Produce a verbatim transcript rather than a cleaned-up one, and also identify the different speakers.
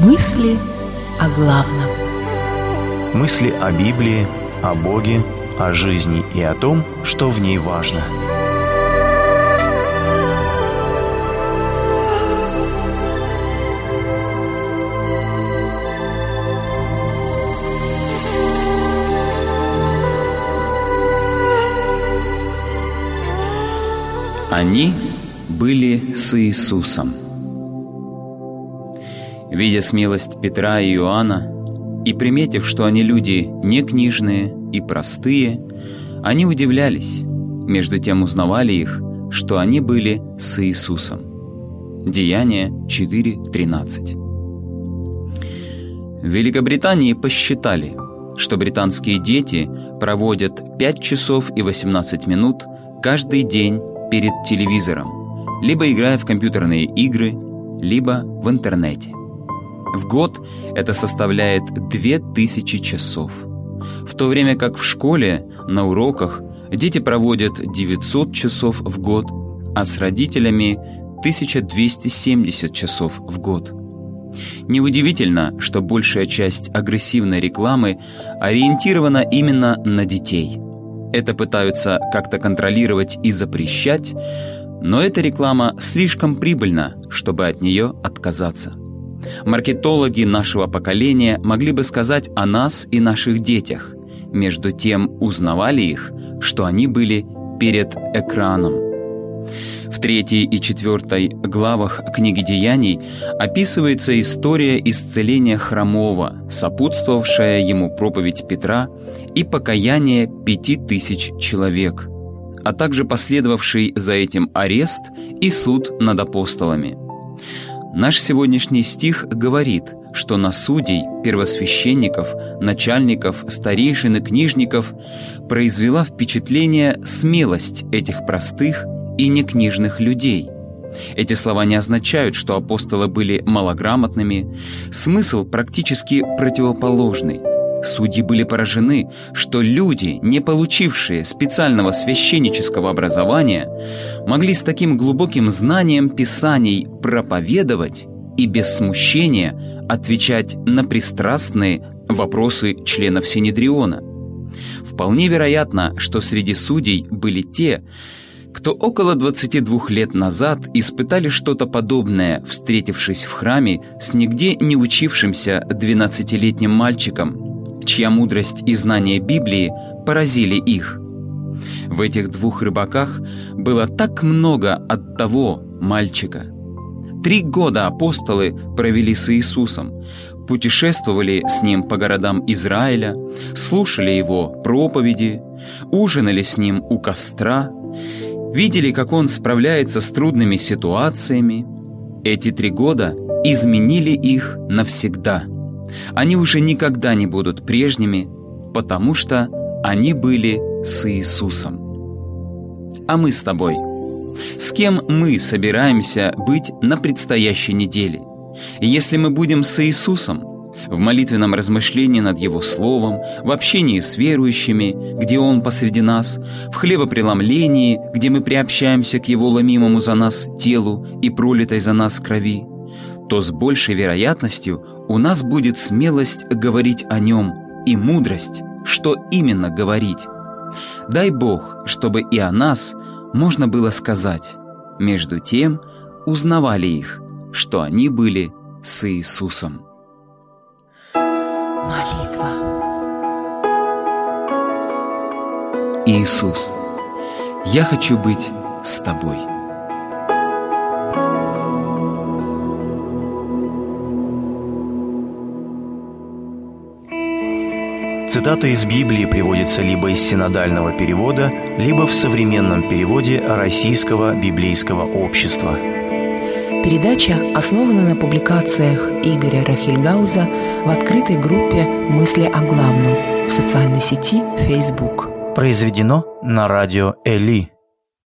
Speaker 1: Мысли о главном.
Speaker 2: Мысли о Библии, о Боге, о жизни и о том, что в ней важно.
Speaker 3: Они были с Иисусом. Видя смелость Петра и Иоанна и приметив, что они люди не книжные и простые, они удивлялись, между тем узнавали их, что они были с Иисусом. Деяния четыре тринадцать. В Великобритании посчитали, что британские дети проводят пять часов и восемнадцать минут каждый день перед телевизором, либо играя в компьютерные игры, либо в интернете. В год это составляет две тысячи часов, в то время как в школе на уроках дети проводят девятьсот часов в год, а с родителями тысяча двести семьдесят часов в год. Неудивительно, что большая часть агрессивной рекламы ориентирована именно на детей. Это пытаются как-то контролировать и запрещать, но эта реклама слишком прибыльна, чтобы от нее отказаться. Маркетологи нашего поколения могли бы сказать о нас и наших детях, между тем узнавали их, что они были перед экраном. В третьей и четвертой главах книги Деяний описывается история исцеления хромого, сопутствовавшая ему проповедь Петра и покаяние пяти тысяч человек, а также последовавший за этим арест и суд над апостолами. Наш сегодняшний стих говорит, что на судей, первосвященников, начальников, старейшин и книжников произвела впечатление смелость этих простых и некнижных людей. Эти слова не означают, что апостолы были малограмотными. Смысл практически противоположный. Судьи были поражены, что люди, не получившие специального священнического образования, могли с таким глубоким знанием Писаний проповедовать и без смущения отвечать на пристрастные вопросы членов Синедриона. Вполне вероятно, что среди судей были те, кто около двадцати двух лет назад испытали что-то подобное, встретившись в храме с нигде не учившимся двенадцатилетним мальчиком, чья мудрость и знание Библии поразили их. В этих двух рыбаках было так много от того мальчика. Три года апостолы провели с Иисусом, путешествовали с Ним по городам Израиля, слушали Его проповеди, ужинали с Ним у костра, видели, как Он справляется с трудными ситуациями. Эти три года изменили их навсегда. Они уже никогда не будут прежними, потому что они были с Иисусом. А мы с тобой? С кем мы собираемся быть на предстоящей неделе? Если мы будем с Иисусом, в молитвенном размышлении над Его Словом, в общении с верующими, где Он посреди нас, в хлебопреломлении, где мы приобщаемся к Его ломимому за нас телу и пролитой за нас крови, то с большей вероятностью у нас будет смелость говорить о Нем и мудрость, что именно говорить. Дай Бог, чтобы и о нас можно было сказать. Между тем узнавали их, что они были с Иисусом.
Speaker 1: Молитва.
Speaker 3: Иисус, я хочу быть с Тобой.
Speaker 2: Цитата из Библии приводится либо из синодального перевода, либо в современном переводе Российского библейского общества.
Speaker 1: Передача основана на публикациях Игоря Рахильгауза в открытой группе «Мысли о главном» в социальной сети Facebook.
Speaker 2: Произведено на радио Эли.